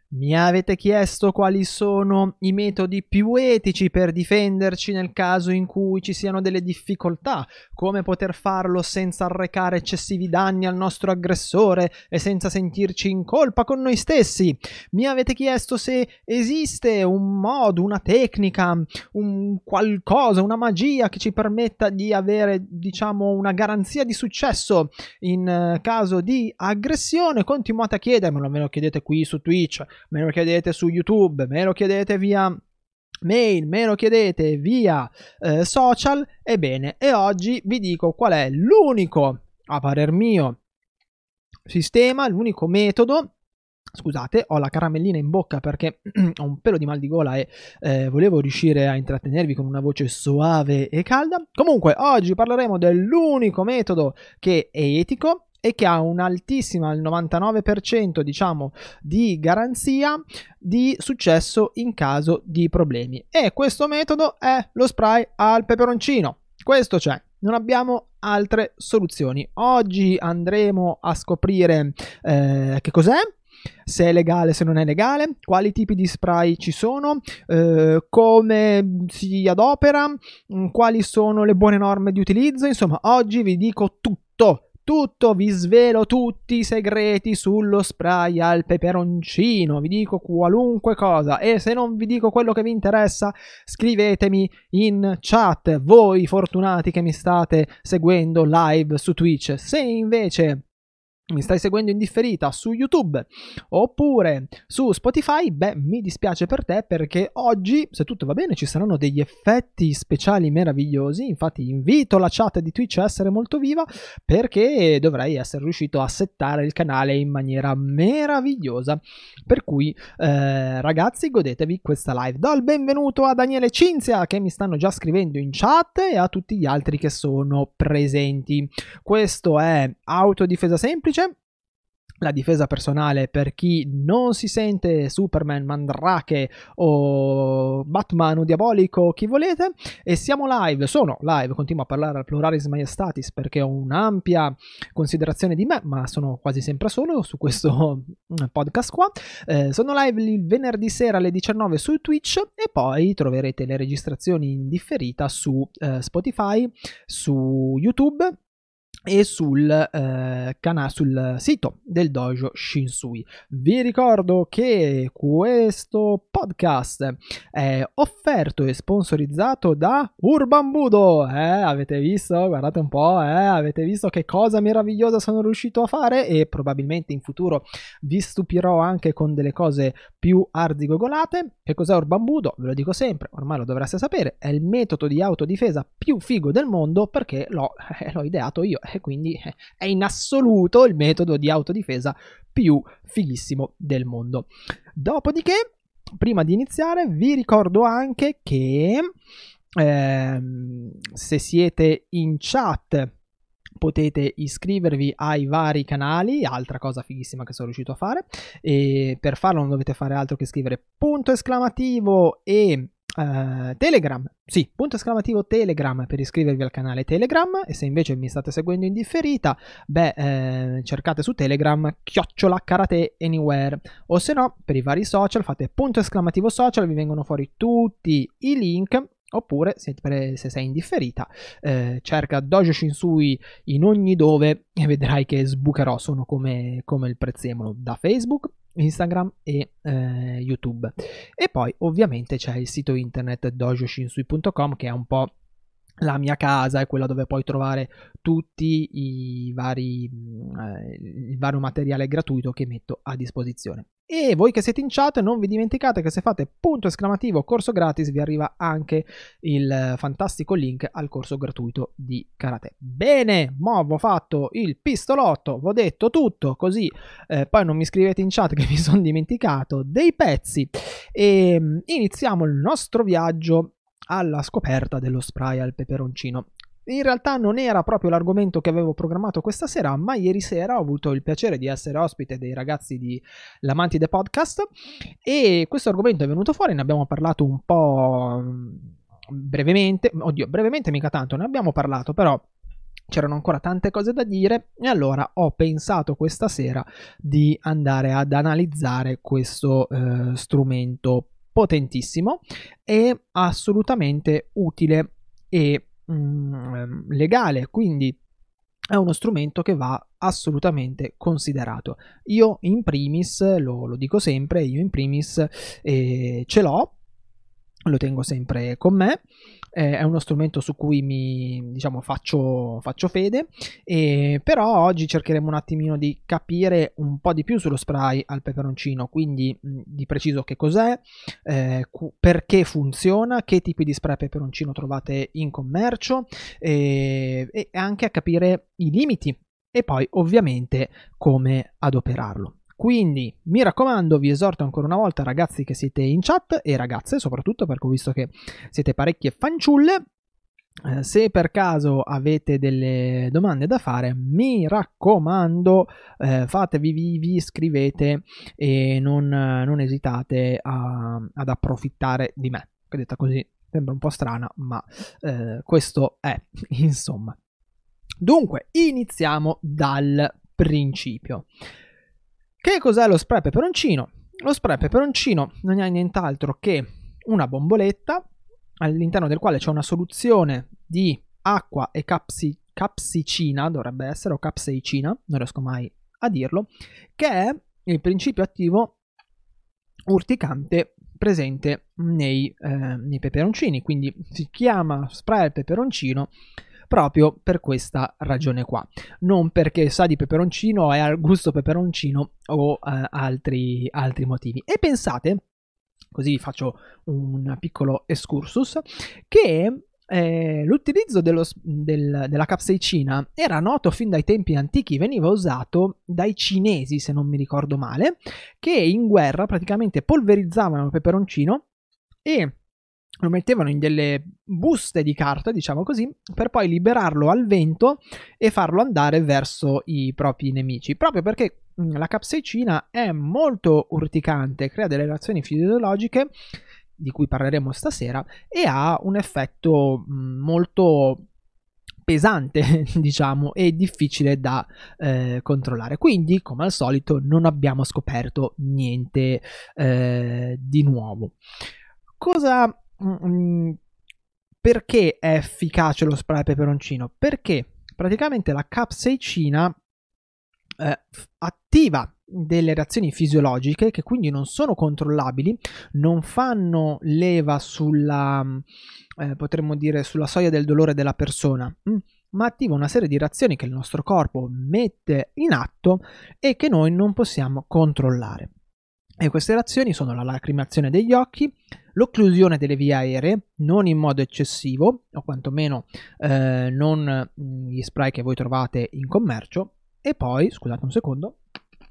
Mi avete chiesto quali sono i metodi più etici per difenderci nel caso in cui ci siano delle difficoltà, come poter farlo senza arrecare eccessivi danni al nostro aggressore e senza sentirci in colpa con noi stessi. Mi avete chiesto se esiste un modo, una tecnica, un qualcosa, una magia che ci permetta di avere, diciamo, una garanzia di successo in caso di aggressione. Continuate a chiedermelo, me lo chiedete qui su Twitch, me lo chiedete su YouTube, me lo chiedete via mail, me lo chiedete via social. Ebbene, e oggi vi dico qual è l'unico, a parer mio, sistema, l'unico metodo. Scusate, ho la caramellina in bocca perché ho un pelo di mal di gola e volevo riuscire a intrattenervi con una voce soave e calda. Comunque, oggi parleremo dell'unico metodo che è etico e che ha un'altissima, il 99% diciamo, di garanzia di successo in caso di problemi. E questo metodo è lo spray al peperoncino. Questo c'è, non abbiamo altre soluzioni. Oggi andremo a scoprire che cos'è, se è legale, se non è legale, quali tipi di spray ci sono, come si adopera, quali sono le buone norme di utilizzo. Insomma, oggi vi dico tutto, vi svelo tutti i segreti sullo spray al peperoncino, vi dico qualunque cosa, e se non vi dico quello che vi interessa scrivetemi in chat, voi fortunati che mi state seguendo live su Twitch. Se invece mi stai seguendo in differita su YouTube oppure su Spotify, beh, mi dispiace per te, perché oggi, se tutto va bene, ci saranno degli effetti speciali meravigliosi. Infatti invito la chat di Twitch a essere molto viva, perché dovrei essere riuscito a settare il canale in maniera meravigliosa. Per cui ragazzi, godetevi questa live. Do il benvenuto a Daniele e Cinzia, che mi stanno già scrivendo in chat, e a tutti gli altri che sono presenti. Questo è Autodifesa Semplice, la difesa personale per chi non si sente Superman, Mandrake o Batman o Diabolico, chi volete. E siamo live, sono live, continuo a parlare al pluralis majestatis perché ho un'ampia considerazione di me, ma sono quasi sempre solo su questo podcast qua. Sono live il venerdì sera alle 19 su Twitch, e poi troverete le registrazioni in differita su Spotify, su YouTube e sul sito del Dojo Shinsui. Vi ricordo che questo podcast è offerto e sponsorizzato da Urban Budo. Avete visto? Guardate un po', avete visto che cosa meravigliosa sono riuscito a fare, e probabilmente in futuro vi stupirò anche con delle cose più arzigogolate. Che cos'è Urban Budo? Ve lo dico sempre, ormai lo dovreste sapere, è il metodo di autodifesa più figo del mondo, perché l'ho ideato io, e quindi è in assoluto il metodo di autodifesa più fighissimo del mondo. Dopodiché, prima di iniziare, vi ricordo anche che se siete in chat potete iscrivervi ai vari canali, altra cosa fighissima che sono riuscito a fare, e per farlo non dovete fare altro che scrivere punto esclamativo e Telegram, sì, punto esclamativo Telegram per iscrivervi al canale Telegram. E se invece mi state seguendo in differita, beh, cercate su Telegram @ Anywhere, o se no per i vari social fate punto esclamativo social, vi vengono fuori tutti i link. Oppure se sei in differita, cerca Dojo Shinsui in ogni dove e vedrai che sbucherò, sono come il prezzemolo, da Facebook, Instagram e YouTube. E poi ovviamente c'è il sito internet dojoshinsui.com, che è un po' la mia casa, è quella dove puoi trovare tutti il vario materiale gratuito che metto a disposizione. E voi che siete in chat, non vi dimenticate che se fate punto esclamativo corso gratis vi arriva anche il fantastico link al corso gratuito di karate. Bene, mo' ho fatto il pistolotto, vi ho detto tutto, così poi non mi scrivete in chat che mi sono dimenticato dei pezzi. E iniziamo il nostro viaggio alla scoperta dello spray al peperoncino. In realtà non era proprio l'argomento che avevo programmato questa sera, ma ieri sera ho avuto il piacere di essere ospite dei ragazzi di L'Amantide Podcast, e questo argomento è venuto fuori, ne abbiamo parlato un po' brevemente, brevemente mica tanto, ne abbiamo parlato, però c'erano ancora tante cose da dire e allora ho pensato questa sera di andare ad analizzare questo strumento potentissimo e assolutamente utile e legale, quindi è uno strumento che va assolutamente considerato. Io in primis, lo dico sempre, io in primis ce l'ho, lo tengo sempre con me, è uno strumento su cui faccio fede, però oggi cercheremo un attimino di capire un po' di più sullo spray al peperoncino, quindi di preciso che cos'è, perché funziona, che tipi di spray peperoncino trovate in commercio e anche a capire i limiti e poi ovviamente come adoperarlo. Quindi mi raccomando, vi esorto ancora una volta, ragazzi che siete in chat e ragazze soprattutto, perché ho visto che siete parecchie fanciulle, se per caso avete delle domande da fare, mi raccomando, vi iscrivete e non esitate ad approfittare di me. Che detta così sembra un po' strana, ma questo è, insomma. Dunque, iniziamo dal principio. Che cos'è lo spray peperoncino? Lo spray peperoncino non è nient'altro che una bomboletta all'interno del quale c'è una soluzione di acqua e capsicina, dovrebbe essere, o capsaicina, non riesco mai a dirlo, che è il principio attivo urticante presente nei peperoncini, quindi si chiama spray peperoncino proprio per questa ragione qua, non perché sa di peperoncino e al gusto peperoncino o altri motivi. E pensate, così faccio un piccolo excursus, che l'utilizzo della capsaicina era noto fin dai tempi antichi, veniva usato dai cinesi, se non mi ricordo male, che in guerra praticamente polverizzavano il peperoncino e lo mettevano in delle buste di carta, diciamo così, per poi liberarlo al vento e farlo andare verso i propri nemici, proprio perché la capsaicina è molto urticante, crea delle reazioni fisiologiche di cui parleremo stasera e ha un effetto molto pesante, diciamo, e difficile da controllare. Quindi, come al solito, non abbiamo scoperto niente di nuovo. Perché è efficace lo spray peperoncino? Perché praticamente la capsaicina attiva delle reazioni fisiologiche che quindi non sono controllabili, non fanno leva sulla potremmo dire sulla soglia del dolore della persona, ma attiva una serie di reazioni che il nostro corpo mette in atto e che noi non possiamo controllare. E queste reazioni sono la lacrimazione degli occhi, l'occlusione delle vie aeree, non in modo eccessivo, o quantomeno non gli spray che voi trovate in commercio, e poi, scusate un secondo,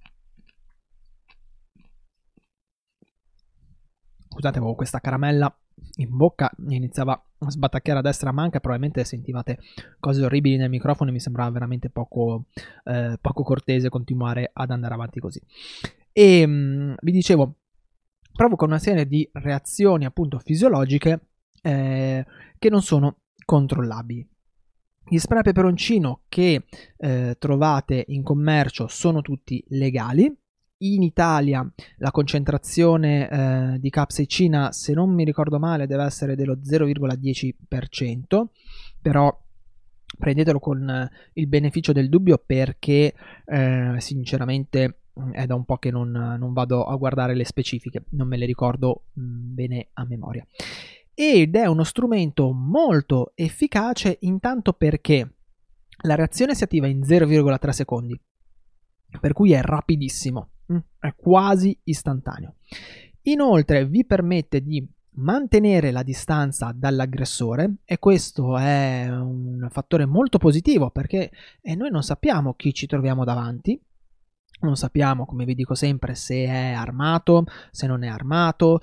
scusate, avevo questa caramella in bocca, iniziava a sbatacchiare a destra a manca, probabilmente sentivate cose orribili nel microfono e mi sembrava veramente poco cortese continuare ad andare avanti così. E vi dicevo, provoca una serie di reazioni appunto fisiologiche che non sono controllabili. Gli spray peperoncino che trovate in commercio sono tutti legali. In Italia la concentrazione di capsaicina, se non mi ricordo male, deve essere dello 0,10%, però prendetelo con il beneficio del dubbio perché sinceramente è da un po' che non vado a guardare le specifiche, non me le ricordo bene a memoria. Ed è uno strumento molto efficace intanto perché la reazione si attiva in 0,3 secondi, per cui è rapidissimo, è quasi istantaneo. Inoltre vi permette di mantenere la distanza dall'aggressore e questo è un fattore molto positivo perché noi non sappiamo chi ci troviamo davanti Non sappiamo, come vi dico sempre, se è armato, se non è armato,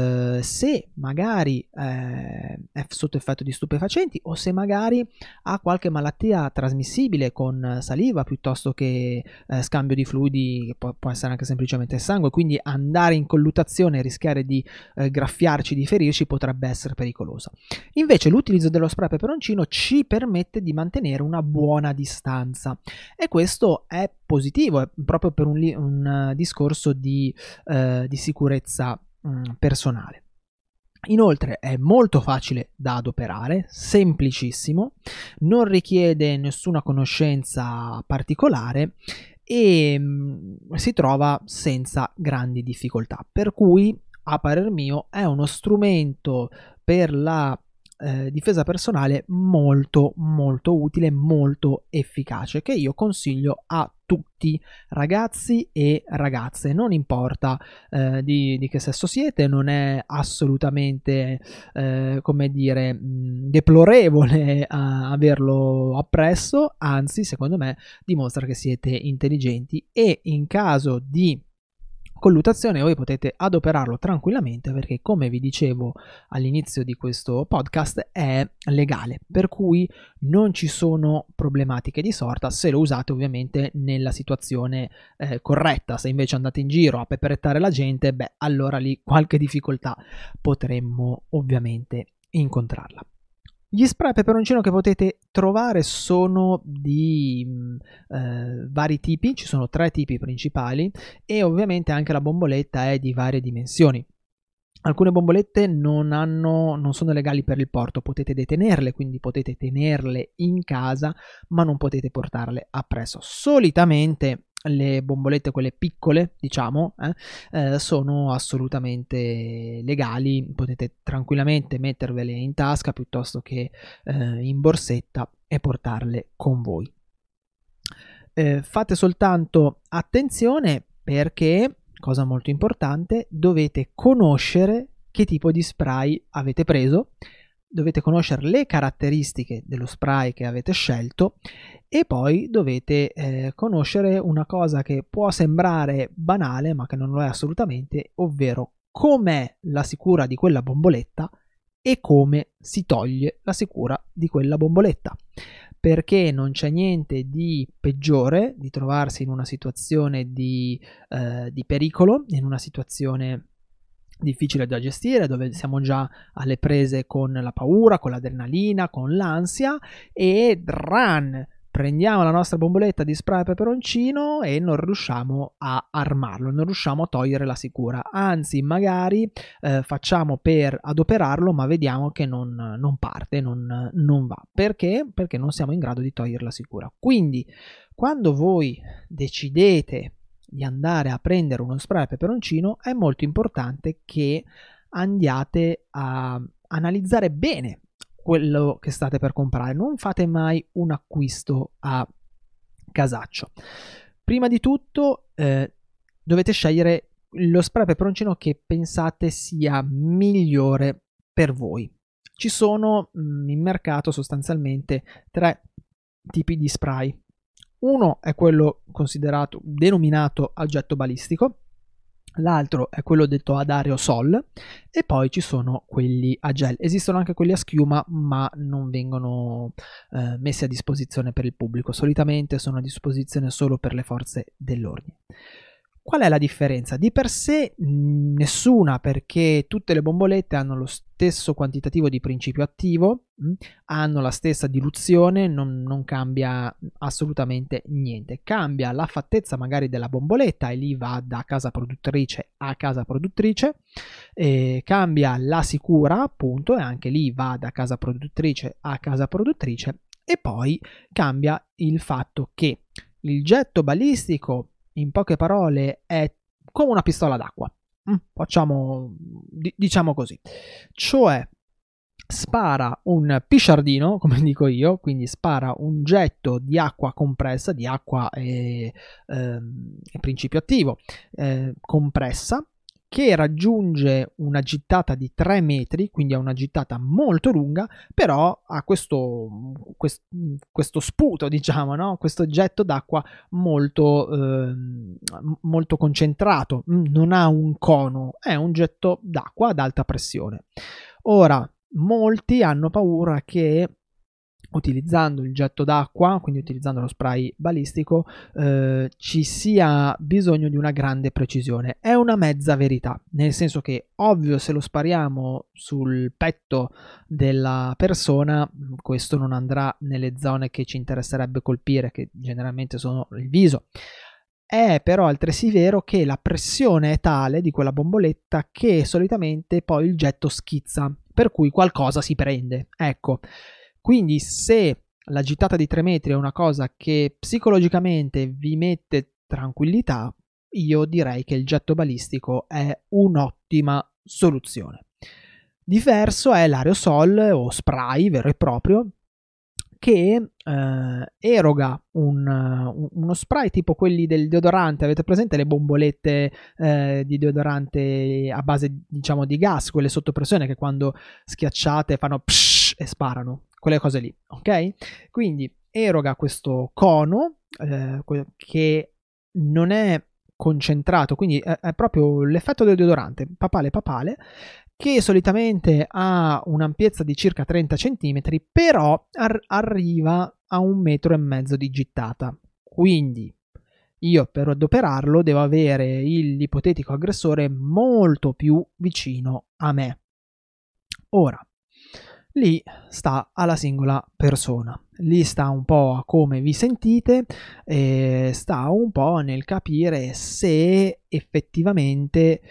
se magari è sotto effetto di stupefacenti o se magari ha qualche malattia trasmissibile con saliva piuttosto che scambio di fluidi, che può essere anche semplicemente sangue, quindi andare in colluttazione e rischiare di graffiarci, di ferirci potrebbe essere pericolosa. Invece l'utilizzo dello spray peperoncino ci permette di mantenere una buona distanza e questo è positivo, è proprio per un discorso di sicurezza personale. Inoltre è molto facile da adoperare, semplicissimo, non richiede nessuna conoscenza particolare e si trova senza grandi difficoltà, per cui a parer mio è uno strumento per la difesa personale molto utile, molto efficace, che io consiglio a tutti, ragazzi e ragazze, non importa di che sesso siete, non è assolutamente come dire deplorevole averlo appresso, anzi secondo me dimostra che siete intelligenti e in caso di colluttazione voi potete adoperarlo tranquillamente perché, come vi dicevo all'inizio di questo podcast, è legale, per cui non ci sono problematiche di sorta se lo usate ovviamente nella situazione corretta. Se invece andate in giro a peperettare la gente, beh, allora lì qualche difficoltà potremmo ovviamente incontrarla. Gli spray peperoncino che potete trovare sono di vari tipi, ci sono 3 tipi principali e ovviamente anche la bomboletta è di varie dimensioni. Alcune bombolette non sono legali per il porto, potete detenerle, quindi potete tenerle in casa, ma non potete portarle appresso. Solitamente le bombolette, quelle piccole, diciamo, sono assolutamente legali, potete tranquillamente mettervele in tasca piuttosto che in borsetta e portarle con voi. Fate soltanto attenzione perché, cosa molto importante, dovete conoscere che tipo di spray avete preso, dovete conoscere le caratteristiche dello spray che avete scelto e poi dovete conoscere una cosa che può sembrare banale ma che non lo è assolutamente, ovvero com'è la sicura di quella bomboletta e come si toglie la sicura di quella bomboletta, perché non c'è niente di peggiore di trovarsi in una situazione di pericolo, in una situazione difficile da gestire, dove siamo già alle prese con la paura, con l'adrenalina, con l'ansia e prendiamo la nostra bomboletta di spray peperoncino e non riusciamo a armarlo, non riusciamo a togliere la sicura, anzi magari facciamo per adoperarlo ma vediamo che non parte, non va. Perché? Perché non siamo in grado di togliere la sicura. Quindi quando voi decidete di andare a prendere uno spray peperoncino è molto importante che andiate a analizzare bene quello che state per comprare. Non fate mai un acquisto a casaccio. Prima di tutto dovete scegliere lo spray peperoncino che pensate sia migliore per voi. Ci sono in mercato sostanzialmente 3 tipi di spray. Uno è quello denominato a getto balistico, l'altro è quello detto ad aerosol e poi ci sono quelli a gel. Esistono anche quelli a schiuma ma non vengono messi a disposizione per il pubblico, solitamente sono a disposizione solo per le forze dell'ordine. Qual è la differenza? Di per sé nessuna, perché tutte le bombolette hanno lo stesso quantitativo di principio attivo, hanno la stessa diluzione, non cambia assolutamente niente. Cambia la fattezza magari della bomboletta e lì va da casa produttrice a casa produttrice, cambia la sicura appunto e anche lì va da casa produttrice a casa produttrice e poi cambia il fatto che il getto balistico in poche parole è come una pistola d'acqua, diciamo così, cioè spara un pisciardino, come dico io, quindi spara un getto di acqua compressa, di acqua e principio attivo compressa, che raggiunge una gittata di 3 metri, quindi è una gittata molto lunga, però ha questo sputo, diciamo, no? Questo getto d'acqua molto concentrato, non ha un cono, è un getto d'acqua ad alta pressione. Ora, molti hanno paura che utilizzando il getto d'acqua, quindi utilizzando lo spray balistico, ci sia bisogno di una grande precisione. È una mezza verità, nel senso che ovvio se lo spariamo sul petto della persona, questo non andrà nelle zone che ci interesserebbe colpire, che generalmente sono il viso. È però altresì vero che la pressione è tale di quella bomboletta che solitamente poi il getto schizza, per cui qualcosa si prende. Ecco. Quindi se la gittata di 3 metri è una cosa che psicologicamente vi mette tranquillità, io direi che il getto balistico è un'ottima soluzione. Diverso è l'aerosol o spray vero e proprio, che eroga uno spray tipo quelli del deodorante. Avete presente le bombolette di deodorante a base, diciamo, di gas, quelle sotto pressione che quando schiacciate fanno psh e sparano, quelle cose lì, ok? Quindi eroga questo cono che non è concentrato, quindi è proprio l'effetto del deodorante, papale, che solitamente ha un'ampiezza di circa 30 cm, però arriva a 1,5 metri di gittata. Quindi io per adoperarlo devo avere l'ipotetico aggressore molto più vicino a me. Ora, lì sta alla singola persona, lì sta un po' a come vi sentite, sta un po' nel capire se effettivamente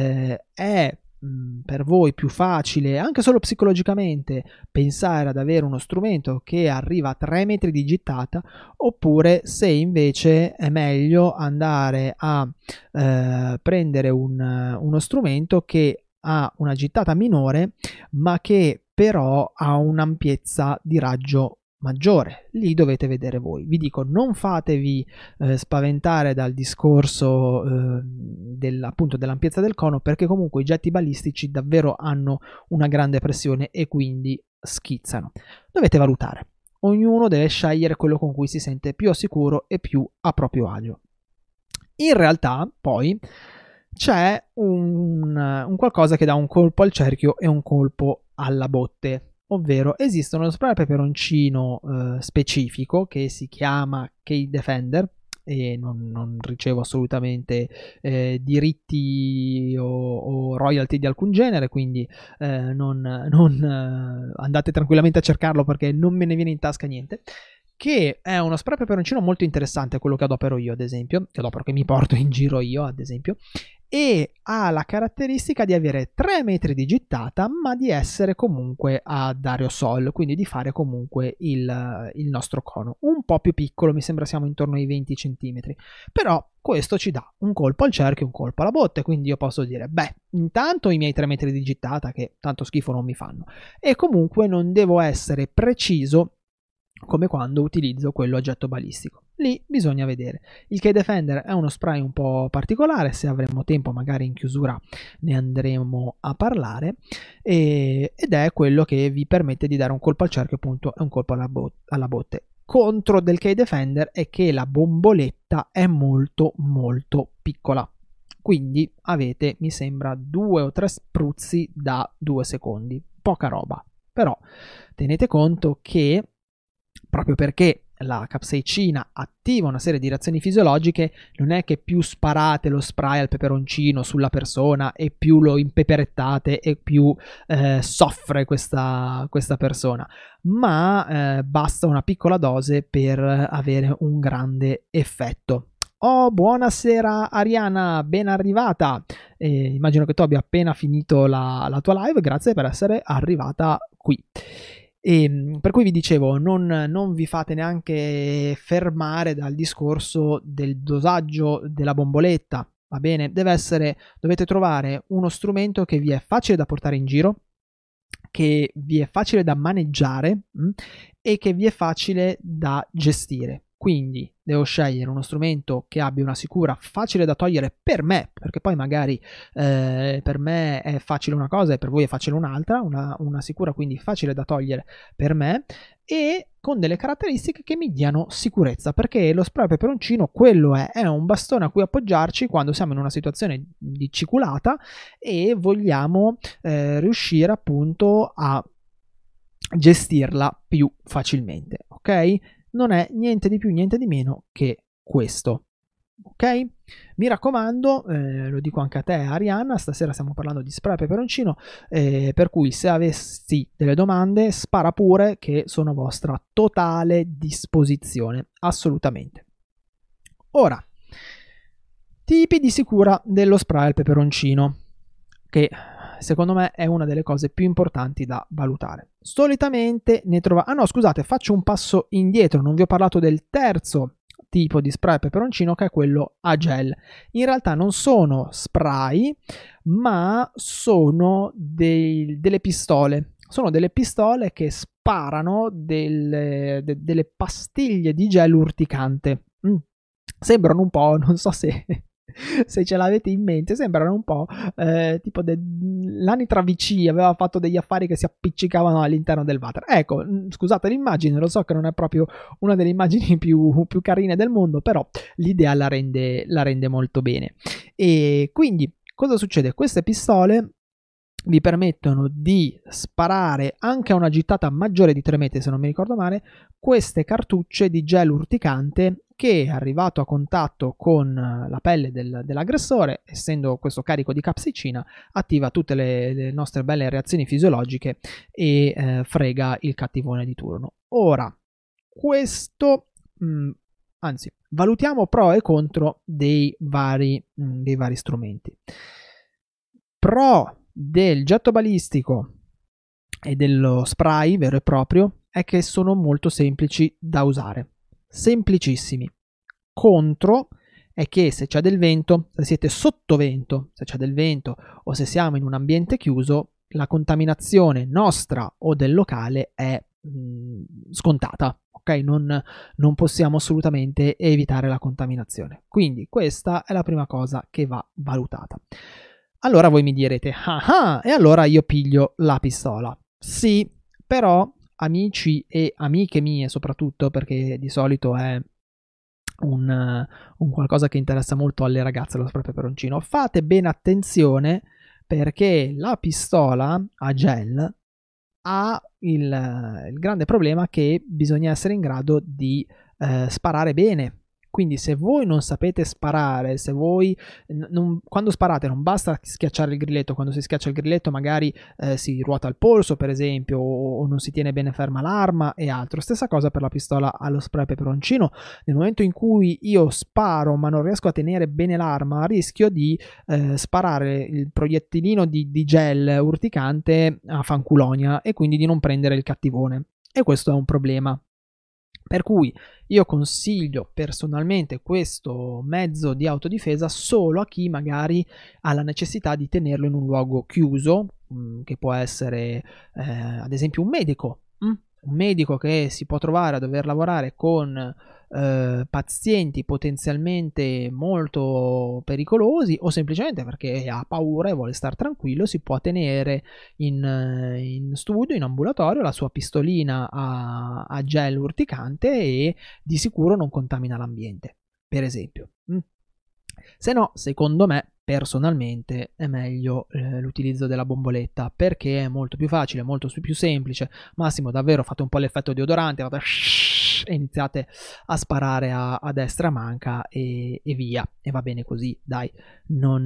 è per voi più facile, anche solo psicologicamente, pensare ad avere uno strumento che arriva a 3 metri di gittata, oppure se invece è meglio andare a prendere uno strumento che ha una gittata minore, ma che però ha un'ampiezza di raggio maggiore. Lì dovete vedere voi. Vi dico, non fatevi spaventare dal discorso appunto dell'ampiezza del cono, perché comunque i getti balistici davvero hanno una grande pressione e quindi schizzano. Dovete valutare. Ognuno deve scegliere quello con cui si sente più sicuro e più a proprio agio. In realtà, poi, c'è un qualcosa che dà un colpo al cerchio e un colpo alla botte. Ovvero esiste uno spray peperoncino specifico che si chiama K-Defender, e non ricevo assolutamente diritti o royalty di alcun genere, quindi non andate tranquillamente a cercarlo perché non me ne viene in tasca niente, che è uno spray peperoncino molto interessante, quello che adopero io ad esempio, che mi porto in giro io ad esempio, e ha la caratteristica di avere 3 metri di gittata, ma di essere comunque ad aerosol, quindi di fare comunque il nostro cono. Un po' più piccolo, mi sembra siamo intorno ai 20 cm, però questo ci dà un colpo al cerchio e un colpo alla botte, quindi io posso dire, beh, intanto i miei 3 metri di gittata, che tanto schifo non mi fanno, e comunque non devo essere preciso come quando utilizzo quello a getto balistico. Lì bisogna vedere. Il K-Defender è uno spray un po' particolare, se avremo tempo magari in chiusura ne andremo a parlare, ed è quello che vi permette di dare un colpo al cerchio appunto e un colpo alla botte. Contro del K-Defender è che la bomboletta è molto piccola, quindi avete, mi sembra, 2 o 3 spruzzi da 2 secondi, poca roba. Però tenete conto che proprio perché la capsaicina attiva una serie di reazioni fisiologiche, non è che più sparate lo spray al peperoncino sulla persona e più lo impeperettate e più soffre questa persona, ma basta una piccola dose per avere un grande effetto. Oh, buonasera Ariana, ben arrivata. Immagino che tu abbia appena finito la tua live, grazie per essere arrivata qui. E per cui vi dicevo, non vi fate neanche fermare dal discorso del dosaggio della bomboletta, va bene? Dovete trovare uno strumento che vi è facile da portare in giro, che vi è facile da maneggiare e che vi è facile da gestire. Quindi devo scegliere uno strumento che abbia una sicura facile da togliere per me, perché poi magari per me è facile una cosa e per voi è facile un'altra, una sicura quindi facile da togliere per me e con delle caratteristiche che mi diano sicurezza, perché lo spray peperoncino quello è un bastone a cui appoggiarci quando siamo in una situazione di ciculata e vogliamo riuscire appunto a gestirla più facilmente, ok? Non è niente di più, niente di meno che questo. Ok? Mi raccomando, lo dico anche a te Arianna, stasera stiamo parlando di spray peperoncino, per cui se avessi delle domande spara pure che sono a vostra totale disposizione, assolutamente. Ora, tipi di sicura dello spray al peperoncino, che secondo me è una delle cose più importanti da valutare. Solitamente ne trovate... Ah no, scusate, faccio un passo indietro, non vi ho parlato del terzo tipo di spray peperoncino che è quello a gel. In realtà non sono spray, ma sono delle pistole. Sono delle pistole che sparano delle pastiglie di gel urticante. Sembrano un po', non so se ce l'avete in mente, sembrano un po' tipo l'Anitra VC aveva fatto degli affari che si appiccicavano all'interno del water. Ecco, scusate l'immagine, lo so che non è proprio una delle immagini più carine del mondo, però l'idea la rende molto bene. E quindi cosa succede? Queste pistole vi permettono di sparare anche a una gittata maggiore di 3 metri, se non mi ricordo male, queste cartucce di gel urticante che, arrivato a contatto con la pelle dell'aggressore, essendo questo carico di capsaicina, attiva tutte le nostre belle reazioni fisiologiche e frega il cattivone di turno. Ora, questo... anzi, valutiamo pro e contro dei vari strumenti. Pro del getto balistico e dello spray vero e proprio è che sono molto semplici da usare, semplicissimi. Contro è che se c'è del vento, se siete sotto vento, se c'è del vento o se siamo in un ambiente chiuso, la contaminazione nostra o del locale è scontata, ok? Non possiamo assolutamente evitare la contaminazione. Quindi questa è la prima cosa che va valutata. Allora voi mi direte, e allora io piglio la pistola. Sì, però amici e amiche mie soprattutto, perché di solito è un qualcosa che interessa molto alle ragazze lo spray peperoncino, fate bene attenzione perché la pistola a gel ha il grande problema che bisogna essere in grado di sparare bene. Quindi se voi non sapete sparare, se voi quando sparate non basta schiacciare il grilletto, quando si schiaccia il grilletto magari si ruota il polso per esempio o non si tiene bene ferma l'arma e altro. Stessa cosa per la pistola allo spray peperoncino. Nel momento in cui io sparo ma non riesco a tenere bene l'arma, rischio di sparare il proiettilino di gel urticante a fanculonia e quindi di non prendere il cattivone. E questo è un problema. Per cui io consiglio personalmente questo mezzo di autodifesa solo a chi magari ha la necessità di tenerlo in un luogo chiuso, che può essere ad esempio un medico che si può trovare a dover lavorare con pazienti potenzialmente molto pericolosi o semplicemente perché ha paura e vuole stare tranquillo, si può tenere in studio, in ambulatorio, la sua pistolina a gel urticante e di sicuro non contamina l'ambiente, per esempio. Se no, secondo me, personalmente, è meglio l'utilizzo della bomboletta perché è molto più facile, molto più semplice. Massimo, davvero fate un po' l'effetto deodorante, e iniziate a sparare a destra manca e via. E va bene così, dai, non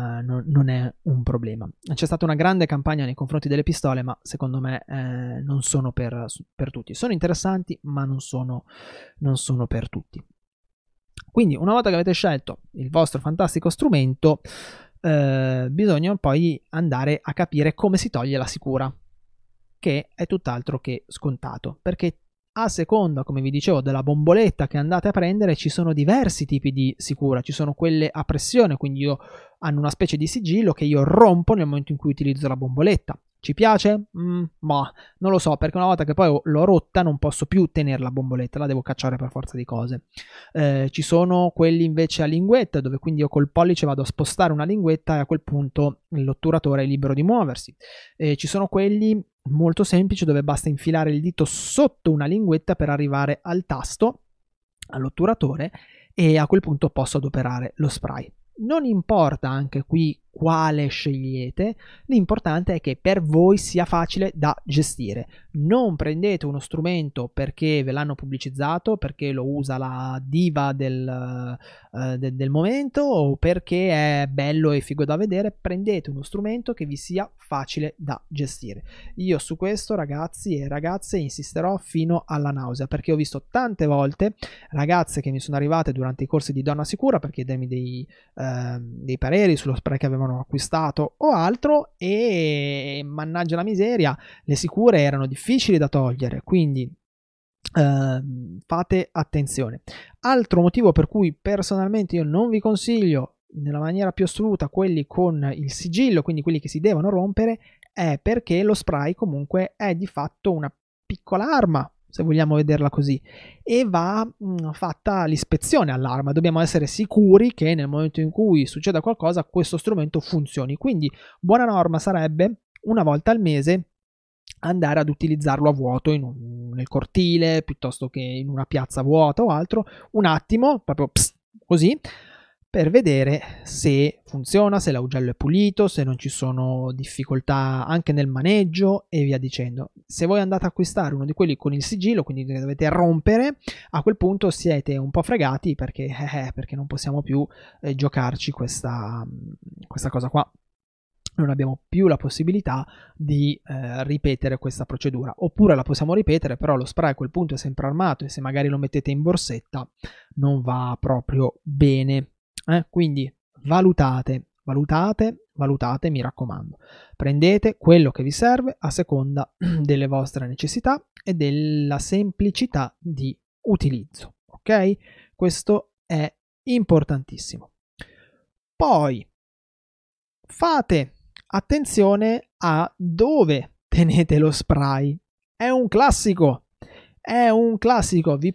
è un problema. C'è stata una grande campagna nei confronti delle pistole, ma secondo me non sono per tutti. Sono interessanti, ma non sono per tutti. Quindi una volta che avete scelto il vostro fantastico strumento, bisogna poi andare a capire come si toglie la sicura, che è tutt'altro che scontato, perché a seconda, come vi dicevo, della bomboletta che andate a prendere ci sono diversi tipi di sicura. Ci sono quelle a pressione, quindi hanno una specie di sigillo che io rompo nel momento in cui utilizzo la bomboletta. Ci piace? Ma non lo so, perché una volta che poi l'ho rotta non posso più tenere la bomboletta, la devo cacciare per forza di cose. Ci sono quelli invece a linguetta, dove quindi io col pollice vado a spostare una linguetta e a quel punto l'otturatore è libero di muoversi. Ci sono quelli molto semplici dove basta infilare il dito sotto una linguetta per arrivare al tasto, all'otturatore, e a quel punto posso adoperare lo spray. Non importa anche qui quale scegliete, l'importante è che per voi sia facile da gestire. Non prendete uno strumento perché ve l'hanno pubblicizzato, perché lo usa la diva del momento o perché è bello e figo da vedere. Prendete uno strumento che vi sia facile da gestire. Io su questo, ragazzi e ragazze, insisterò fino alla nausea, perché ho visto tante volte ragazze che mi sono arrivate durante i corsi di Donna Sicura per chiedermi dei pareri sullo spray che avevano acquistato o altro, e mannaggia la miseria, le sicure erano difficili da togliere, quindi fate attenzione. Altro motivo per cui personalmente io non vi consiglio nella maniera più assoluta quelli con il sigillo, quindi quelli che si devono rompere, è perché lo spray comunque è di fatto una piccola arma, se vogliamo vederla così, e va fatta l'ispezione all'arma. Dobbiamo essere sicuri che nel momento in cui succeda qualcosa questo strumento funzioni, quindi buona norma sarebbe una volta al mese andare ad utilizzarlo a vuoto nel cortile piuttosto che in una piazza vuota o altro, un attimo, proprio così, per vedere se funziona, se l'augello è pulito, se non ci sono difficoltà anche nel maneggio e via dicendo. Se voi andate a acquistare uno di quelli con il sigillo, quindi che dovete rompere, a quel punto siete un po' fregati perché non possiamo più giocarci questa cosa qua. Non abbiamo più la possibilità di ripetere questa procedura, oppure la possiamo ripetere, però lo spray a quel punto è sempre armato e se magari lo mettete in borsetta non va proprio bene. Quindi valutate, mi raccomando. Prendete quello che vi serve a seconda delle vostre necessità e della semplicità di utilizzo, ok? Questo è importantissimo. Poi fate attenzione a dove tenete lo spray. È un classico. Vi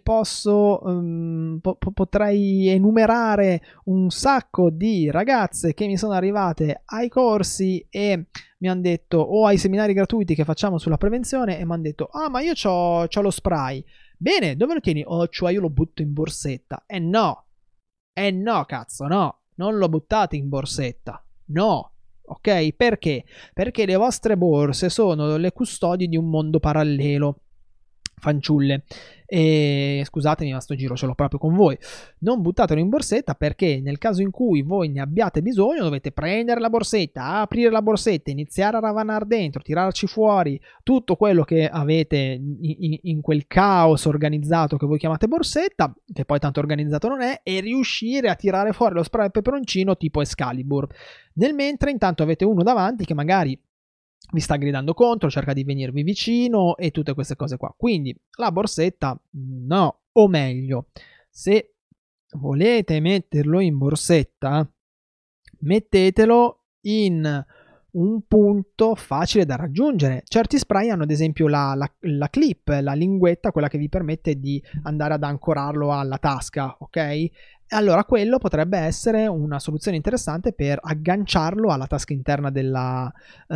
potrei enumerare un sacco di ragazze che mi sono arrivate ai corsi e mi hanno detto, o ai seminari gratuiti che facciamo sulla prevenzione, e mi hanno detto: ah, ma io c'ho lo spray. Bene, dove lo tieni? Oh, cioè io lo butto in borsetta. No, cazzo, no, non lo buttate in borsetta, no. Ok? Perché? Perché le vostre borse sono le custodie di un mondo parallelo. Fanciulle, e scusatemi ma sto giro ce l'ho proprio con voi. Non buttatelo in borsetta, perché nel caso in cui voi ne abbiate bisogno dovete prendere la borsetta, aprire la borsetta, iniziare a ravanare dentro, tirarci fuori tutto quello che avete in quel caos organizzato che voi chiamate borsetta, che poi tanto organizzato non è, e riuscire a tirare fuori lo spray peperoncino tipo Excalibur. Nel mentre intanto avete uno davanti che magari vi sta gridando contro, cerca di venirvi vicino e tutte queste cose qua. Quindi la borsetta no, o meglio, se volete metterlo in borsetta, mettetelo in un punto facile da raggiungere. Certi spray hanno ad esempio la clip, la linguetta, quella che vi permette di andare ad ancorarlo alla tasca, ok? Allora quello potrebbe essere una soluzione interessante per agganciarlo alla tasca interna della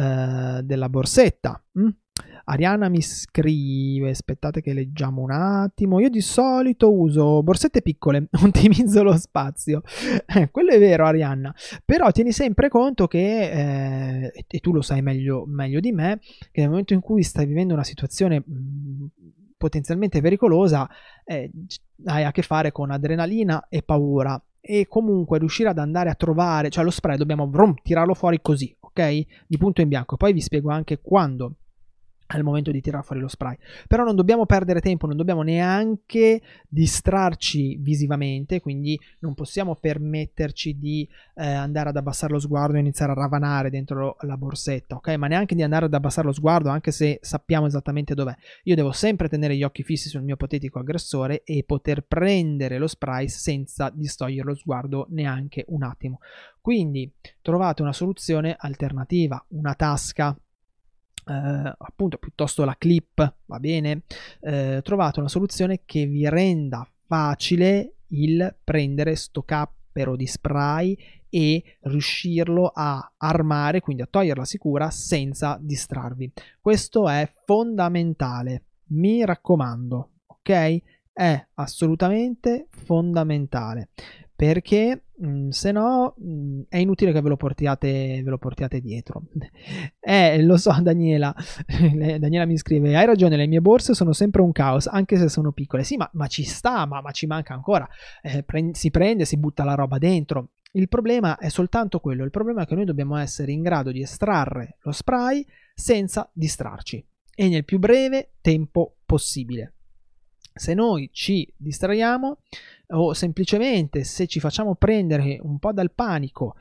borsetta. Arianna mi scrive, aspettate che leggiamo un attimo, io di solito uso borsette piccole, ottimizzo lo spazio. Quello è vero, Arianna, però tieni sempre conto che, e tu lo sai meglio di me, che nel momento in cui stai vivendo una situazione potenzialmente pericolosa, hai a che fare con adrenalina e paura, e comunque riuscire ad andare a trovare, cioè lo spray dobbiamo tirarlo fuori così, ok? Di punto in bianco. Poi vi spiego anche quando al momento di tirare fuori lo spray, però non dobbiamo perdere tempo, non dobbiamo neanche distrarci visivamente, quindi non possiamo permetterci di andare ad abbassare lo sguardo e iniziare a ravanare dentro la borsetta, ok? Ma neanche di andare ad abbassare lo sguardo anche se sappiamo esattamente dov'è. Io devo sempre tenere gli occhi fissi sul mio ipotetico aggressore e poter prendere lo spray senza distogliere lo sguardo neanche un attimo. Quindi trovate una soluzione alternativa, una tasca. appunto piuttosto la clip, va bene, trovate una soluzione che vi renda facile il prendere sto cappero di spray e riuscirlo a armare, quindi a toglierla sicura senza distrarvi. Questo è fondamentale, mi raccomando, ok? È assolutamente fondamentale, perché se no è inutile che ve lo portiate dietro. Lo so, Daniela. Daniela mi scrive: hai ragione, le mie borse sono sempre un caos, anche se sono piccole. Sì, ma ci sta, ma ci manca ancora. Si prende, si butta la roba dentro. Il problema è soltanto quello, il problema è che noi dobbiamo essere in grado di estrarre lo spray senza distrarci e nel più breve tempo possibile. Se noi ci distraiamo o semplicemente se ci facciamo prendere un po' dal panico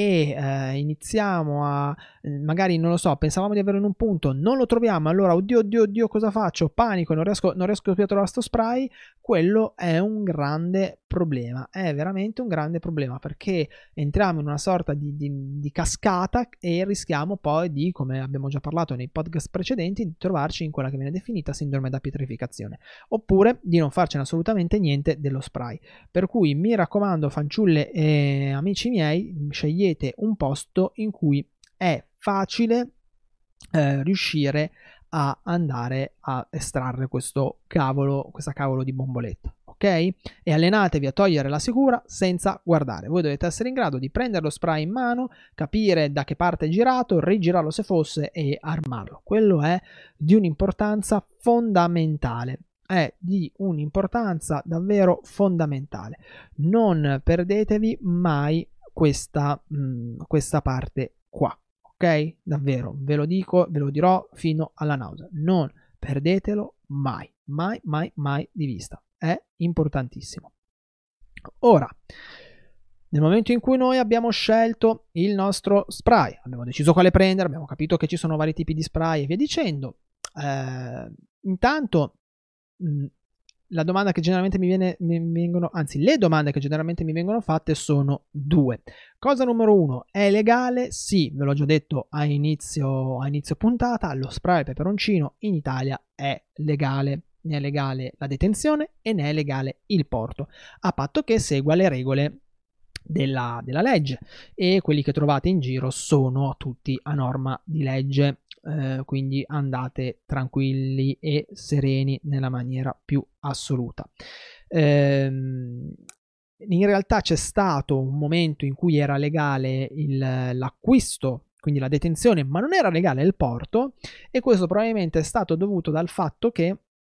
e iniziamo a magari, non lo so, pensavamo di avere in un punto, non lo troviamo, allora oddio cosa faccio, panico, non riesco più a trovare sto spray, quello è un grande problema, è veramente un grande problema, perché entriamo in una sorta di cascata e rischiamo poi di, come abbiamo già parlato nei podcast precedenti, di trovarci in quella che viene definita sindrome da pietrificazione, oppure di non farcene assolutamente niente dello spray. Per cui mi raccomando, fanciulle e amici miei, scegliete un posto in cui è facile riuscire a andare a estrarre questa cavolo di bomboletta, ok? E allenatevi a togliere la sicura senza guardare. Voi dovete essere in grado di prendere lo spray in mano, capire da che parte è girato, rigirarlo se fosse e armarlo. Quello è di un'importanza fondamentale. È di un'importanza davvero fondamentale. Non perdetevi mai questa parte qua, ok? Davvero, ve lo dico, ve lo dirò fino alla nausea. Non perdetelo mai di vista. È importantissimo. Ora, nel momento in cui noi abbiamo scelto il nostro spray, abbiamo deciso quale prendere, abbiamo capito che ci sono vari tipi di spray e via dicendo, intanto la domanda che generalmente le domande che generalmente mi vengono fatte sono due. Cosa numero uno, è legale? Sì, ve l'ho già detto a inizio puntata, lo spray peperoncino in Italia è legale. Ne è legale la detenzione e ne è legale il porto, a patto che segua le regole della legge, e quelli che trovate in giro sono tutti a norma di legge. Quindi andate tranquilli e sereni nella maniera più assoluta. In realtà c'è stato un momento in cui era legale l'acquisto, quindi la detenzione, ma non era legale il porto, e questo probabilmente è stato dovuto dal fatto che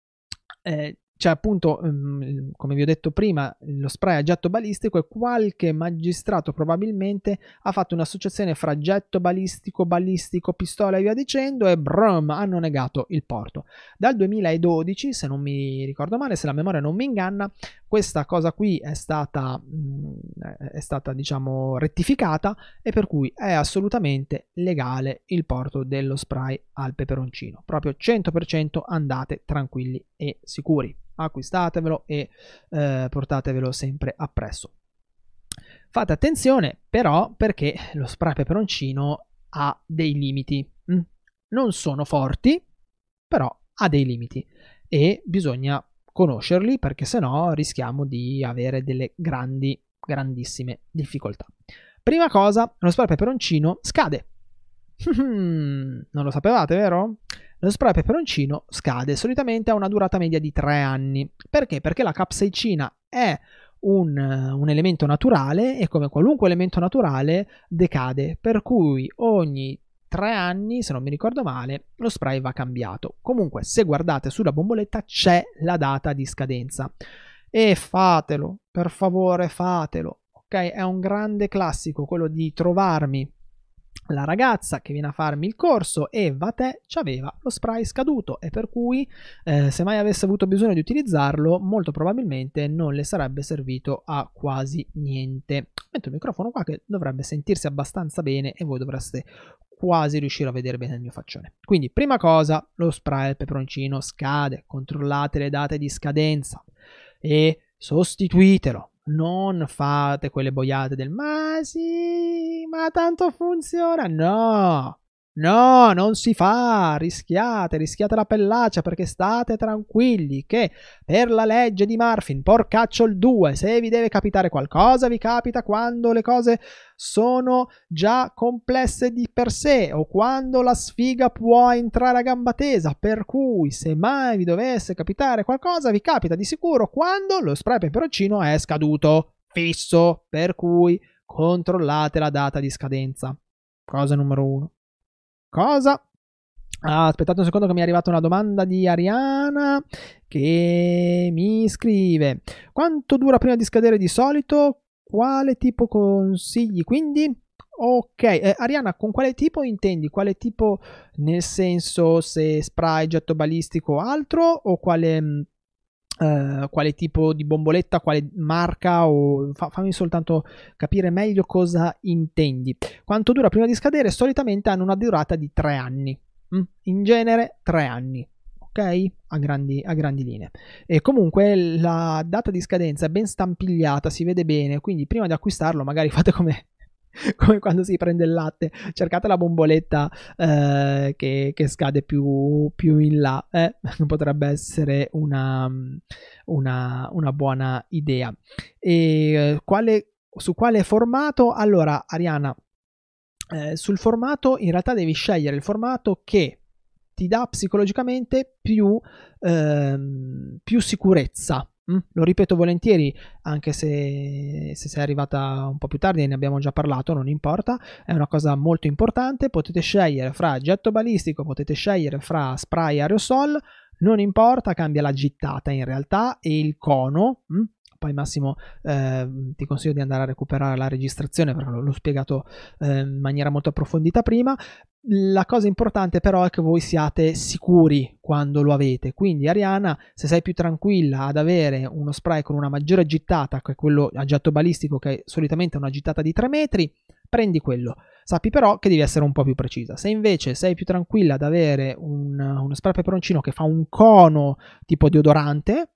c'è appunto, come vi ho detto prima, lo spray a getto balistico, e qualche magistrato probabilmente ha fatto un'associazione fra getto balistico, pistola e via dicendo, e brum, hanno negato il porto. Dal 2012, se non mi ricordo male, se la memoria non mi inganna, questa cosa qui è stata diciamo rettificata, e per cui è assolutamente legale il porto dello spray al peperoncino. Proprio 100%, andate tranquilli e sicuri. Acquistatevelo e portatevelo sempre appresso. Fate attenzione però, perché lo spray peperoncino ha dei limiti. Non sono forti, però ha dei limiti e bisogna conoscerli, perché sennò rischiamo di avere delle grandissime difficoltà. Prima cosa, lo spray peperoncino scade. Non lo sapevate, vero? Lo spray peperoncino scade, solitamente ha una durata media di 3 anni. Perché? Perché la capsaicina è un elemento naturale e, come qualunque elemento naturale, decade, per cui ogni 3 anni, se non mi ricordo male, lo spray va cambiato. Comunque, se guardate sulla bomboletta c'è la data di scadenza, e fatelo, per favore fatelo, ok? È un grande classico quello di trovarmi la ragazza che viene a farmi il corso e c'aveva lo spray scaduto, e per cui se mai avesse avuto bisogno di utilizzarlo, molto probabilmente non le sarebbe servito a quasi niente. Metto il microfono qua, che dovrebbe sentirsi abbastanza bene e voi dovreste quasi riuscire a vedere bene il mio faccione. Quindi, prima cosa, lo spray al peperoncino scade, controllate le date di scadenza e sostituitelo. Non fate quelle boiate del ma sì, ma tanto funziona. No, No, non si fa, rischiate la pellaccia perché state tranquilli che per la legge di Murphy, porcaccio il 2, se vi deve capitare qualcosa, vi capita quando le cose sono già complesse di per sé o quando la sfiga può entrare a gamba tesa, per cui se mai vi dovesse capitare qualcosa, vi capita di sicuro quando lo spray peperoncino è scaduto, fisso, per cui controllate la data di scadenza. Cosa numero 1. Cosa? Aspettate un secondo che mi è arrivata una domanda di Ariana che mi scrive: quanto dura prima di scadere di solito? Quale tipo consigli? Quindi, ok, Ariana, con quale tipo intendi? Quale tipo nel senso se spray, getto balistico o altro? O quale tipo di bomboletta, quale marca? O fammi soltanto capire meglio cosa intendi. Quanto dura prima di scadere? Solitamente hanno una durata di 3 anni. In genere 3 anni. Ok? A grandi linee. E comunque la data di scadenza è ben stampigliata, si vede bene, quindi prima di acquistarlo magari fate come quando si prende il latte, cercate la bomboletta che scade più in là, potrebbe essere una buona idea. E su quale formato? Allora, Ariana, sul formato in realtà devi scegliere il formato che ti dà psicologicamente più sicurezza. Lo ripeto volentieri, anche se sei arrivata un po' più tardi e ne abbiamo già parlato, non importa, è una cosa molto importante. Potete scegliere fra getto balistico, potete scegliere fra spray aerosol, non importa, cambia la gittata in realtà e il cono. Poi Massimo ti consiglio di andare a recuperare la registrazione perché l'ho spiegato in maniera molto approfondita prima. La cosa importante però è che voi siate sicuri quando lo avete, quindi Ariana, se sei più tranquilla ad avere uno spray con una maggiore gittata che quello a getto balistico, che solitamente è una gittata di 3 metri, prendi quello. Sappi però che devi essere un po' più precisa. Se invece sei più tranquilla ad avere uno spray peperoncino che fa un cono tipo deodorante,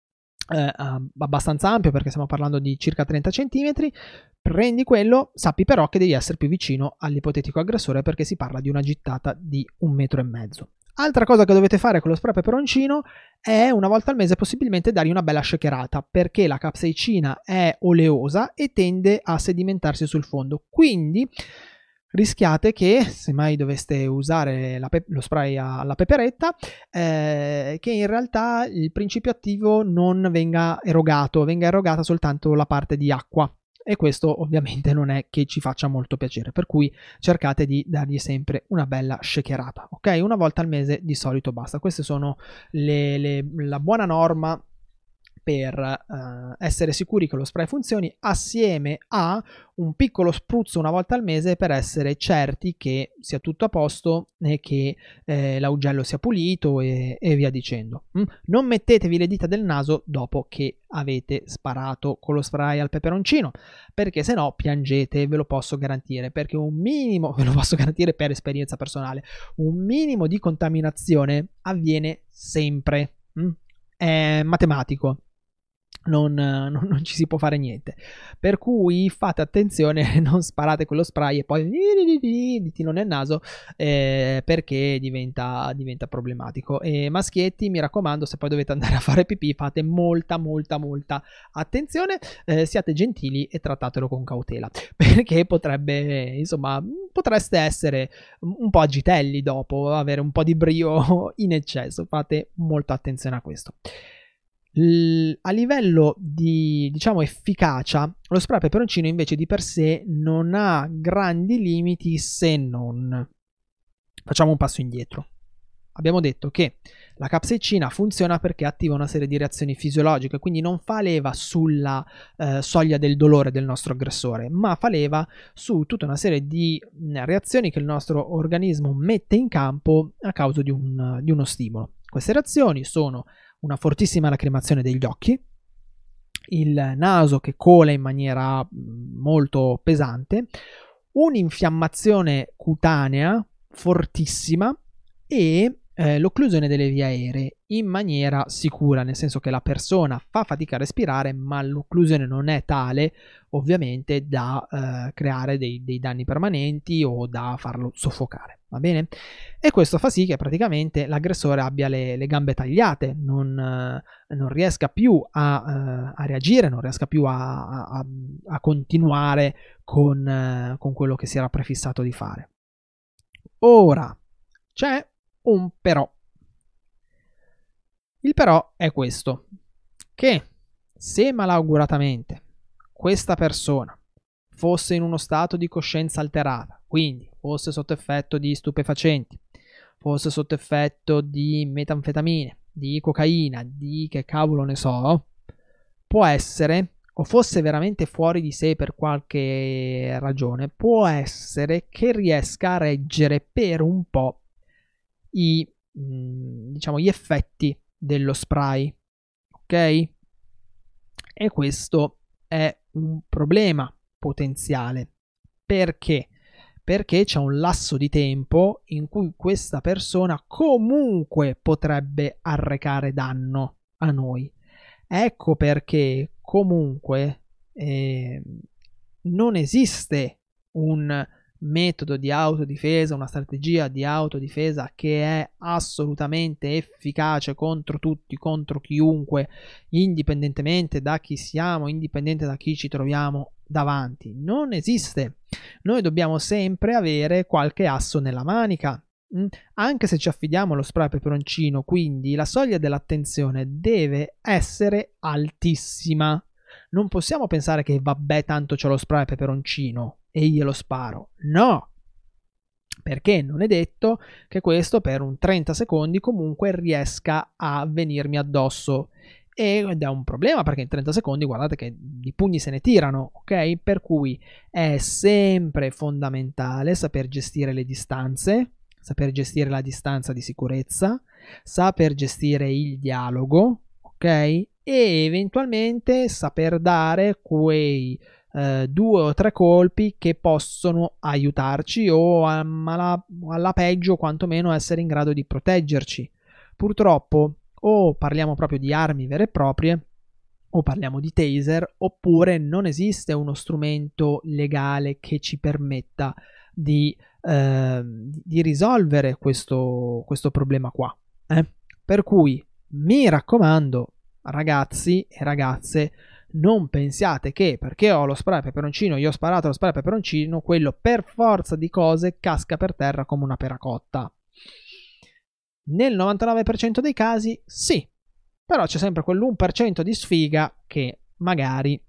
abbastanza ampio perché stiamo parlando di circa 30 cm, prendi quello, sappi però che devi essere più vicino all'ipotetico aggressore perché si parla di una gittata di 1,5 metri. Altra cosa che dovete fare con lo spray peperoncino è una volta al mese possibilmente dargli una bella shakerata perché la capsaicina è oleosa e tende a sedimentarsi sul fondo, quindi rischiate che, se mai doveste usare lo spray alla peperetta, che in realtà il principio attivo non venga erogato, venga erogata soltanto la parte di acqua. E questo ovviamente non è che ci faccia molto piacere, per cui cercate di dargli sempre una bella shakerata, ok? Una volta al mese di solito basta. Queste sono la buona norma per essere sicuri che lo spray funzioni, assieme a un piccolo spruzzo una volta al mese per essere certi che sia tutto a posto e che l'augello sia pulito e via dicendo. Non mettetevi le dita del naso dopo che avete sparato con lo spray al peperoncino, perché se no piangete, ve lo posso garantire, perché un minimo, ve lo posso garantire per esperienza personale, un minimo di contaminazione avviene sempre. È matematico. Non ci si può fare niente, per cui fate attenzione, non sparate quello spray e poi ditino nel naso perché diventa problematico. E maschietti, mi raccomando, se poi dovete andare a fare pipì fate molta attenzione, siate gentili e trattatelo con cautela perché potreste essere un po' agitelli dopo, avere un po' di brio in eccesso. Fate molta attenzione a questo. A livello di, diciamo, efficacia, lo spray peperoncino invece di per sé non ha grandi limiti, se non facciamo un passo indietro. Abbiamo detto che la capsaicina funziona perché attiva una serie di reazioni fisiologiche, quindi non fa leva sulla soglia del dolore del nostro aggressore, ma fa leva su tutta una serie di reazioni che il nostro organismo mette in campo a causa di uno stimolo. Queste reazioni sono una fortissima lacrimazione degli occhi, il naso che cola in maniera molto pesante, un'infiammazione cutanea fortissima e l'occlusione delle vie aeree in maniera sicura, nel senso che la persona fa fatica a respirare, ma l'occlusione non è tale ovviamente da creare dei danni permanenti o da farlo soffocare. va bene? E questo fa sì che praticamente l'aggressore abbia le gambe tagliate, non riesca più a reagire, non riesca più a continuare con quello che si era prefissato di fare. Ora, c'è un però. Il però è questo, che se malauguratamente questa persona fosse in uno stato di coscienza alterata, quindi fosse sotto effetto di stupefacenti, fosse sotto effetto di metanfetamine, di cocaina, di che cavolo ne so, può essere, o fosse veramente fuori di sé per qualche ragione, può essere che riesca a reggere per un po' gli effetti dello spray, ok? E questo è un problema potenziale. Perché? Perché c'è un lasso di tempo in cui questa persona comunque potrebbe arrecare danno a noi. Ecco perché comunque non esiste un metodo di autodifesa, una strategia di autodifesa che è assolutamente efficace contro tutti, contro chiunque, indipendentemente da chi siamo, indipendente da chi ci troviamo davanti. Non esiste. Noi dobbiamo sempre avere qualche asso nella manica, anche se ci affidiamo allo spray peperoncino, quindi la soglia dell'attenzione deve essere altissima. Non possiamo pensare che vabbè, tanto c'ho lo spray peperoncino e glielo sparo. No, perché non è detto che questo per un 30 secondi comunque riesca a venirmi addosso. Ed è un problema perché in 30 secondi guardate che i pugni se ne tirano, ok? Per cui è sempre fondamentale saper gestire le distanze, saper gestire la distanza di sicurezza, saper gestire il dialogo, ok? E eventualmente saper dare quei 2 o 3 colpi che possono aiutarci o alla peggio quantomeno essere in grado di proteggerci. Purtroppo o parliamo proprio di armi vere e proprie o parliamo di taser, oppure non esiste uno strumento legale che ci permetta di risolvere questo problema qua. Per cui mi raccomando, ragazzi e ragazze, non pensiate che perché ho lo spray peperoncino, io ho sparato lo spray peperoncino, quello per forza di cose casca per terra come una peracotta. Nel 99% dei casi sì, però c'è sempre quell'1% di sfiga che magari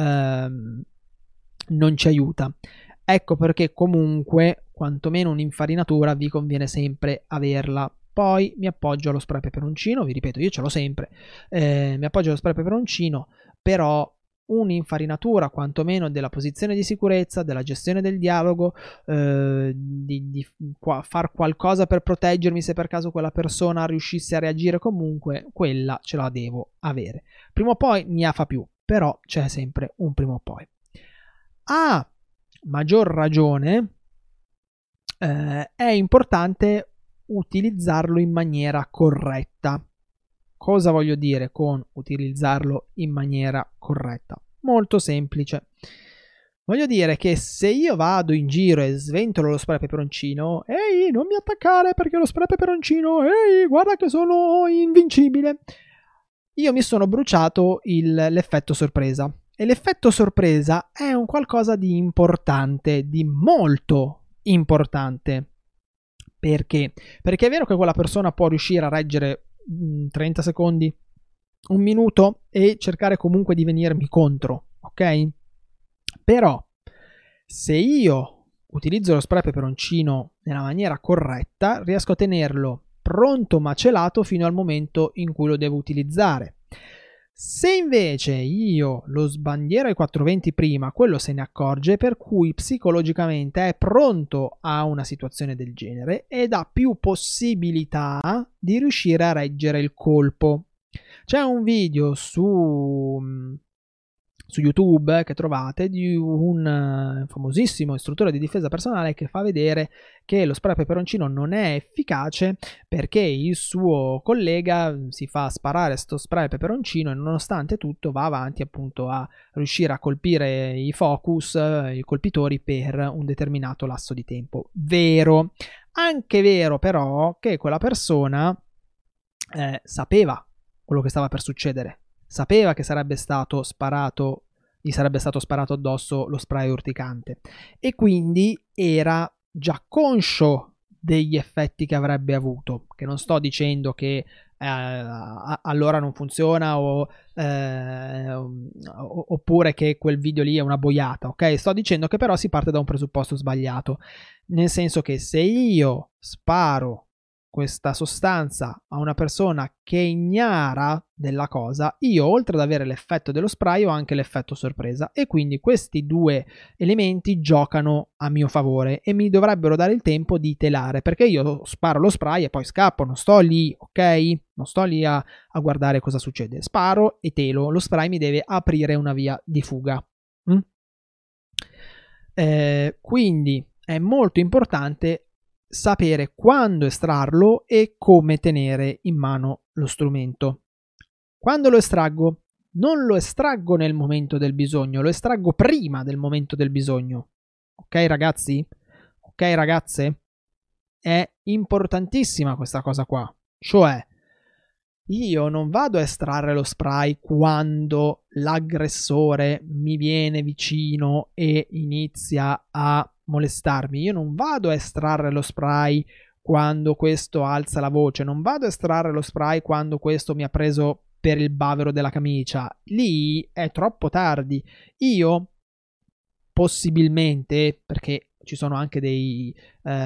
non ci aiuta. Ecco perché comunque quantomeno un'infarinatura vi conviene sempre averla. Poi mi appoggio allo spray peperoncino, vi ripeto, io ce l'ho sempre, mi appoggio allo spray peperoncino, però un'infarinatura quantomeno della posizione di sicurezza, della gestione del dialogo, di far qualcosa per proteggermi se per caso quella persona riuscisse a reagire comunque, quella ce la devo avere. Prima o poi ne fa più, però c'è sempre un prima o poi. A maggior ragione è importante utilizzarlo in maniera corretta. Cosa voglio dire con utilizzarlo in maniera corretta? Molto semplice. Voglio dire che se io vado in giro e sventolo lo spray peperoncino, ehi, non mi attaccare perché lo spray peperoncino, ehi, guarda che sono invincibile, io mi sono bruciato l'effetto sorpresa. E l'effetto sorpresa è un qualcosa di importante, di molto importante. Perché? Perché è vero che quella persona può riuscire a reggere 30 secondi, un minuto e cercare comunque di venirmi contro, ok? Però se io utilizzo lo spray peperoncino nella maniera corretta, riesco a tenerlo pronto macelato fino al momento in cui lo devo utilizzare. Se invece io lo sbandiero ai 420 prima, quello se ne accorge, per cui psicologicamente è pronto a una situazione del genere ed ha più possibilità di riuscire a reggere il colpo. C'è un video su su YouTube che trovate di un famosissimo istruttore di difesa personale che fa vedere che lo spray peperoncino non è efficace perché il suo collega si fa sparare sto spray peperoncino e nonostante tutto va avanti appunto a riuscire a colpire i focus, i colpitori per un determinato lasso di tempo. Vero. Anche vero però che quella persona sapeva quello che stava per succedere. Sapeva che gli sarebbe stato sparato addosso lo spray urticante e quindi era già conscio degli effetti che avrebbe avuto. Che non sto dicendo che allora non funziona oppure che quel video lì è una boiata, ok? Sto dicendo che però si parte da un presupposto sbagliato, nel senso che se io sparo questa sostanza a una persona che è ignara della cosa, io oltre ad avere l'effetto dello spray ho anche l'effetto sorpresa e quindi questi due elementi giocano a mio favore e mi dovrebbero dare il tempo di telare, perché io sparo lo spray e poi scappo, non sto lì, ok? Non sto lì a guardare cosa succede, sparo e telo, lo spray mi deve aprire una via di fuga. Quindi è molto importante sapere quando estrarlo e come tenere in mano lo strumento. Quando lo estraggo? Non lo estraggo nel momento del bisogno, lo estraggo prima del momento del bisogno. Ok ragazzi? Ok ragazze? È importantissima questa cosa qua. Cioè, io non vado a estrarre lo spray quando l'aggressore mi viene vicino e inizia a molestarmi. Io non vado a estrarre lo spray quando questo alza la voce, non vado a estrarre lo spray quando questo mi ha preso per il bavero della camicia. Lì è troppo tardi. Io possibilmente, perché ci sono anche dei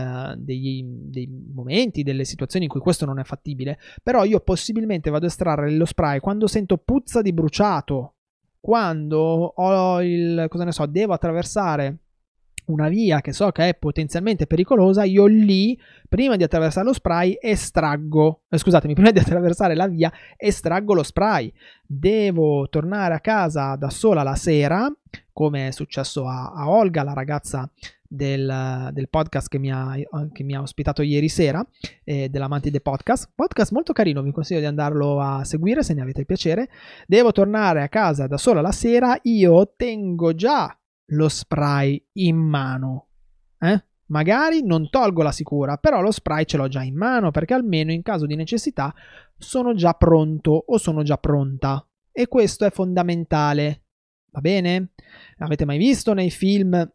momenti, delle situazioni in cui questo non è fattibile, però io possibilmente vado a estrarre lo spray quando sento puzza di bruciato, quando ho devo attraversare una via che so che è potenzialmente pericolosa, io lì, prima di attraversare lo spray, prima di attraversare la via, estraggo lo spray. Devo tornare a casa da sola la sera, come è successo a Olga, la ragazza del podcast che mi ha ospitato ieri sera, dell'Amantide Podcast molto carino, vi consiglio di andarlo a seguire se ne avete il piacere. Devo tornare a casa da sola la sera, io tengo già lo spray in mano, magari non tolgo la sicura, però lo spray ce l'ho già in mano perché almeno in caso di necessità sono già pronto o sono già pronta, e questo è fondamentale. Va bene? Avete mai visto nei film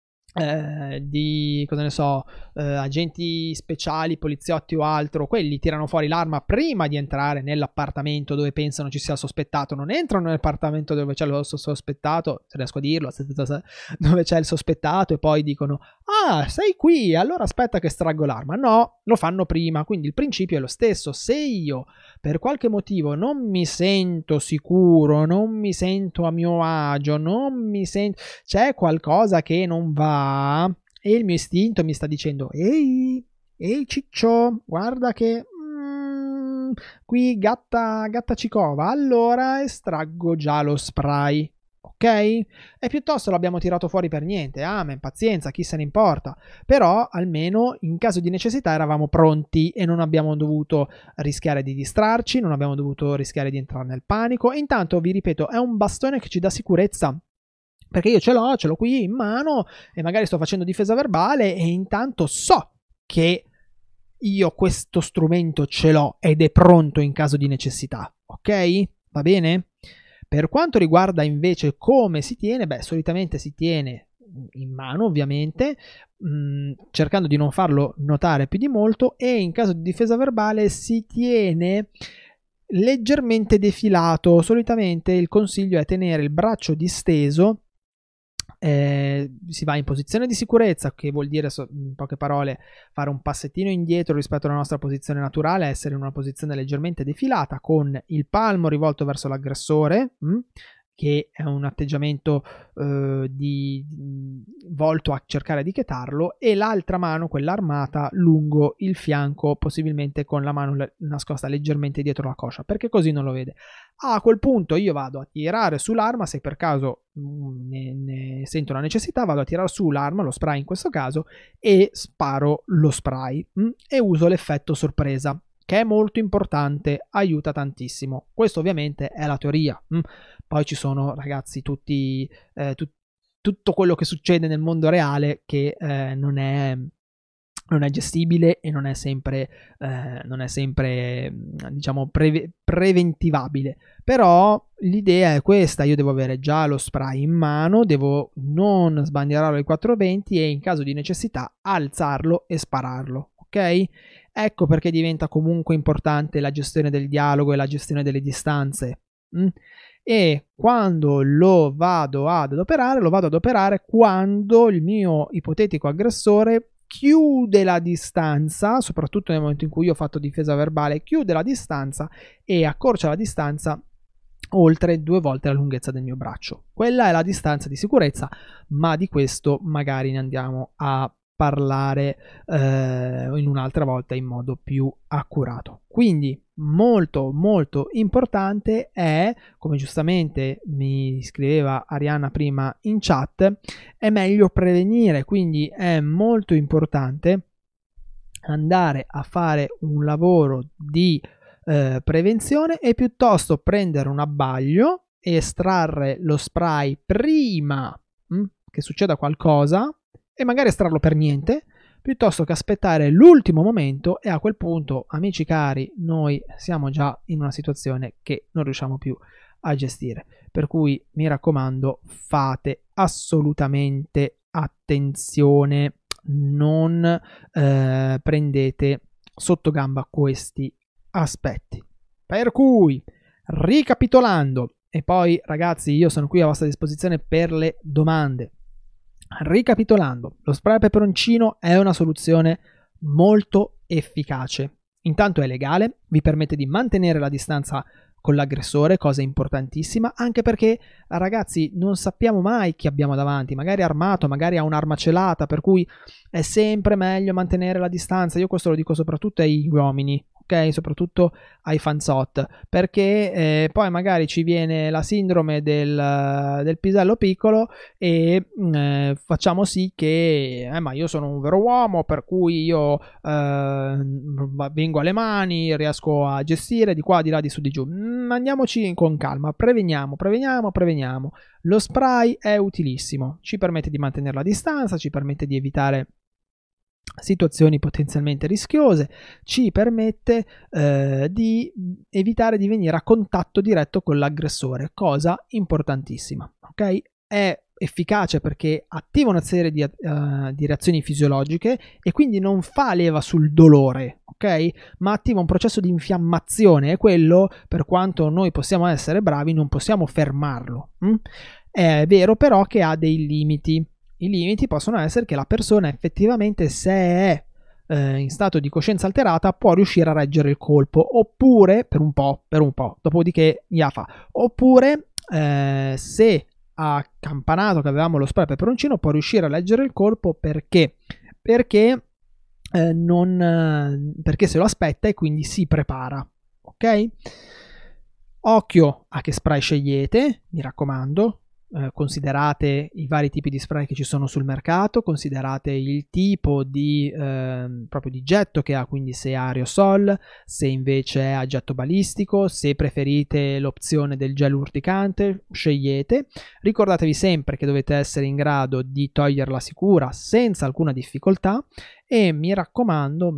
di agenti speciali, poliziotti o altro, quelli tirano fuori l'arma prima di entrare nell'appartamento dove pensano ci sia il sospettato, non entrano nell'appartamento dove c'è lo sospettato, se riesco a dirlo, dove c'è il sospettato e poi dicono sei qui, allora aspetta che estraggo l'arma. No, lo fanno prima, quindi il principio è lo stesso. Se io per qualche motivo non mi sento sicuro, non mi sento a mio agio, c'è qualcosa che non va e il mio istinto mi sta dicendo ehi ciccio, guarda che qui gatta ci cova, allora estraggo già lo spray, ok? E piuttosto l'abbiamo tirato fuori per niente, amen, pazienza, chi se ne importa, però almeno in caso di necessità eravamo pronti e non abbiamo dovuto rischiare di distrarci, non abbiamo dovuto rischiare di entrare nel panico. E intanto vi ripeto, è un bastone che ci dà sicurezza, perché io ce l'ho qui in mano e magari sto facendo difesa verbale e intanto so che io questo strumento ce l'ho ed è pronto in caso di necessità, ok? Va bene? Per quanto riguarda invece come si tiene, solitamente si tiene in mano ovviamente, cercando di non farlo notare più di molto, e in caso di difesa verbale si tiene leggermente defilato. Solitamente il consiglio è tenere il braccio disteso, si va in posizione di sicurezza, che vuol dire in poche parole fare un passettino indietro rispetto alla nostra posizione naturale, essere in una posizione leggermente defilata con il palmo rivolto verso l'aggressore, che è un atteggiamento volto a cercare di chetarlo, e l'altra mano, quella armata, lungo il fianco, possibilmente con la mano nascosta leggermente dietro la coscia, perché così non lo vede. A quel punto io vado a tirare sull'arma, se per caso ne sento la necessità, vado a tirare su l'arma, lo spray in questo caso, e sparo lo spray e uso l'effetto sorpresa, che è molto importante, aiuta tantissimo. Questo ovviamente è la teoria. Poi ci sono, ragazzi, tutto quello che succede nel mondo reale che non è gestibile e non è sempre diciamo preventivabile. Però l'idea è questa: io devo avere già lo spray in mano, devo non sbandierarlo ai 420 e in caso di necessità alzarlo e spararlo, ok? Ecco perché diventa comunque importante la gestione del dialogo e la gestione delle distanze. E quando lo vado ad adoperare quando il mio ipotetico aggressore chiude la distanza, soprattutto nel momento in cui io ho fatto difesa verbale, chiude la distanza e accorcia la distanza oltre 2 volte la lunghezza del mio braccio. Quella è la distanza di sicurezza, ma di questo magari ne andiamo a parlare in un'altra volta in modo più accurato. Quindi molto molto importante è, come giustamente mi scriveva Arianna prima in chat, è meglio prevenire, quindi è molto importante andare a fare un lavoro di prevenzione e piuttosto prendere un abbaglio e estrarre lo spray prima che succeda qualcosa, e magari estrarlo per niente, piuttosto che aspettare l'ultimo momento, e a quel punto, amici cari, noi siamo già in una situazione che non riusciamo più a gestire. Per cui mi raccomando, fate assolutamente attenzione, non prendete sotto gamba questi aspetti. Per cui, ricapitolando, e poi ragazzi io sono qui a vostra disposizione per le domande. Ricapitolando, lo spray peperoncino è una soluzione molto efficace. Intanto è legale, vi permette di mantenere la distanza con l'aggressore, cosa importantissima, anche perché, ragazzi, non sappiamo mai chi abbiamo davanti, magari è armato, magari ha un'arma celata, per cui è sempre meglio mantenere la distanza. Io questo lo dico soprattutto ai uomini, ok? Soprattutto ai fanzot, perché poi magari ci viene la sindrome del pisello piccolo e facciamo sì che ma io sono un vero uomo, per cui io vengo alle mani, riesco a gestire di qua, di là, di su, di giù. Andiamoci con calma, preveniamo. Lo spray è utilissimo, ci permette di mantenere la distanza, ci permette di evitare situazioni potenzialmente rischiose, ci permette di evitare di venire a contatto diretto con l'aggressore, cosa importantissima, ok? È efficace perché attiva una serie di reazioni fisiologiche e quindi non fa leva sul dolore, ok? Ma attiva un processo di infiammazione, e quello, per quanto noi possiamo essere bravi, non possiamo fermarlo. È vero però che ha dei limiti. I limiti possono essere che la persona effettivamente, se è in stato di coscienza alterata, può riuscire a reggere il colpo, oppure per un po', dopodiché fa. Oppure se ha campanato che avevamo lo spray peperoncino, può riuscire a leggere il colpo perché se lo aspetta e quindi si prepara, ok? Occhio a che spray scegliete, mi raccomando. Considerate i vari tipi di spray che ci sono sul mercato, considerate il tipo di proprio di getto che ha, quindi se è aerosol, se invece è a getto balistico, se preferite l'opzione del gel urticante, scegliete. Ricordatevi sempre che dovete essere in grado di toglierla sicura senza alcuna difficoltà, e mi raccomando,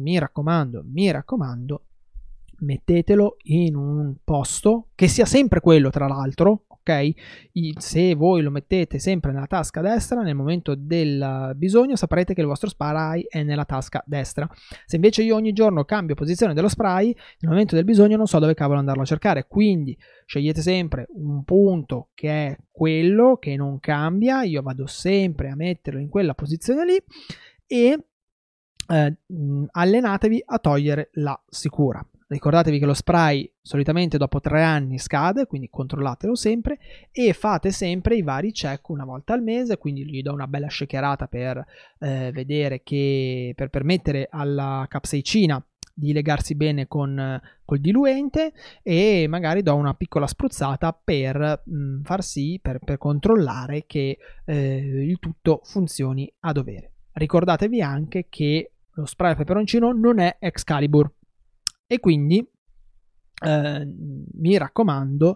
mettetelo in un posto che sia sempre quello, tra l'altro, ok? Se voi lo mettete sempre nella tasca destra, nel momento del bisogno saprete che il vostro spray è nella tasca destra. Se invece io ogni giorno cambio posizione dello spray, nel momento del bisogno non so dove cavolo andarlo a cercare, quindi scegliete sempre un punto che è quello, che non cambia. Io vado sempre a metterlo in quella posizione lì e allenatevi a togliere la sicura. Ricordatevi che lo spray solitamente dopo 3 anni scade, quindi controllatelo sempre e fate sempre i vari check una volta al mese, quindi gli do una bella shakerata per vedere che per permettere alla capsaicina di legarsi bene col diluente e magari do una piccola spruzzata per far sì, per controllare che il tutto funzioni a dovere. Ricordatevi anche che lo spray al peperoncino non è Excalibur e quindi mi raccomando,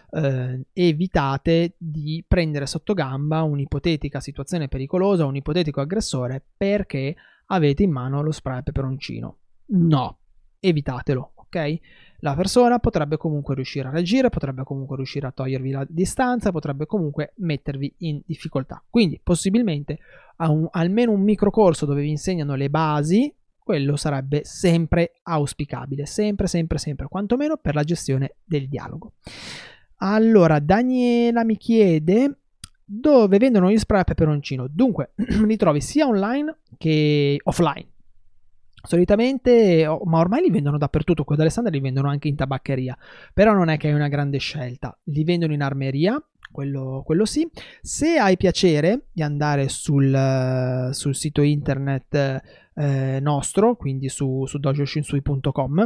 evitate di prendere sotto gamba un'ipotetica situazione pericolosa, un ipotetico aggressore perché avete in mano lo spray al peperoncino. No, evitatelo, ok? La persona potrebbe comunque riuscire a reagire, potrebbe comunque riuscire a togliervi la distanza, potrebbe comunque mettervi in difficoltà. Quindi possibilmente almeno un microcorso dove vi insegnano le basi, quello sarebbe sempre auspicabile, sempre, quantomeno per la gestione del dialogo. Allora, Daniela mi chiede dove vendono gli spray a peperoncino. Dunque, li trovi sia online che offline. Solitamente, ma ormai li vendono dappertutto, quelli Alessandra li vendono anche in tabaccheria, però non è che è una grande scelta, li vendono in armeria, quello sì. Se hai piacere di andare sul sito internet nostro, quindi su dojoshinsui.com,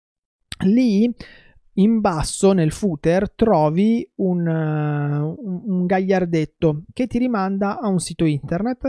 lì in basso nel footer trovi un gagliardetto che ti rimanda a un sito internet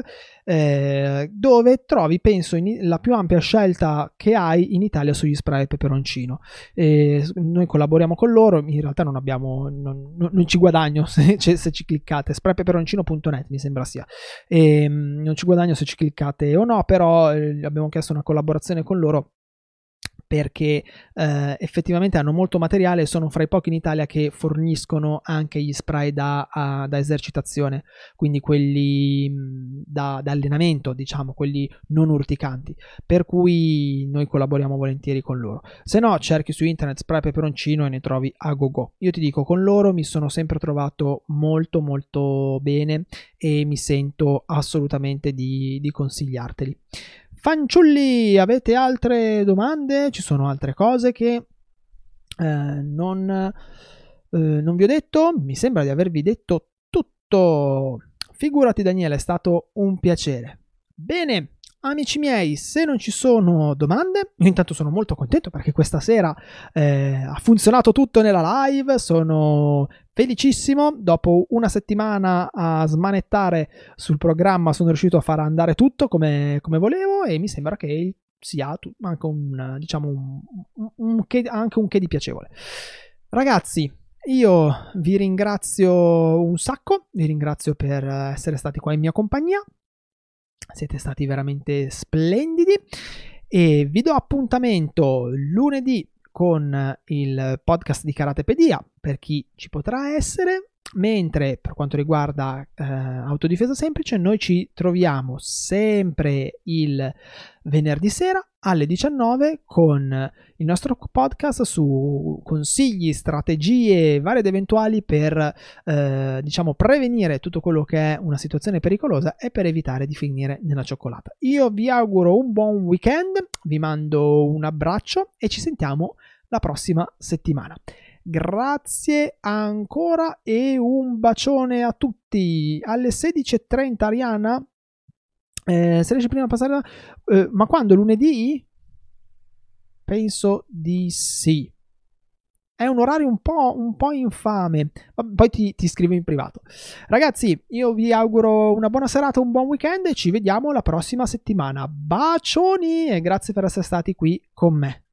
dove trovi, penso, la più ampia scelta che hai in Italia sugli spray al peperoncino. Noi collaboriamo con loro, in realtà non ci guadagno se ci cliccate, spraypeperoncino.net mi sembra sia, non ci guadagno se ci cliccate o no, però abbiamo chiesto una collaborazione con loro perché effettivamente hanno molto materiale e sono fra i pochi in Italia che forniscono anche gli spray da esercitazione, quindi quelli da allenamento, diciamo, quelli non urticanti, per cui noi collaboriamo volentieri con loro. Se no, cerchi su internet spray peperoncino e ne trovi a go. Io ti dico, con loro mi sono sempre trovato molto molto bene e mi sento assolutamente di consigliarteli. Fanciulli, avete altre domande? Ci sono altre cose che non vi ho detto? Mi sembra di avervi detto tutto. Figurati Daniele, è stato un piacere. Bene, amici miei, se non ci sono domande, io intanto sono molto contento perché questa sera ha funzionato tutto nella live, sono felicissimo, dopo una settimana a smanettare sul programma sono riuscito a far andare tutto come volevo e mi sembra che sia anche anche un che di piacevole. Ragazzi, io vi ringrazio un sacco, vi ringrazio per essere stati qua in mia compagnia, siete stati veramente splendidi e vi do appuntamento lunedì con il podcast di Karatepedia per chi ci potrà essere, mentre per quanto riguarda autodifesa semplice noi ci troviamo sempre il venerdì sera alle 19 con il nostro podcast su consigli, strategie varie ed eventuali per prevenire tutto quello che è una situazione pericolosa e per evitare di finire nella cioccolata. Io vi auguro un buon weekend, vi mando un abbraccio e ci sentiamo la prossima settimana. Grazie ancora e un bacione a tutti. Alle 16:30 Arianna, se riesci prima a passare ma quando? Lunedì? Penso di sì. È un orario un po' infame. Poi ti scrivo in privato. Ragazzi, io vi auguro una buona serata, un buon weekend e ci vediamo la prossima settimana. Bacioni e grazie per essere stati qui con me.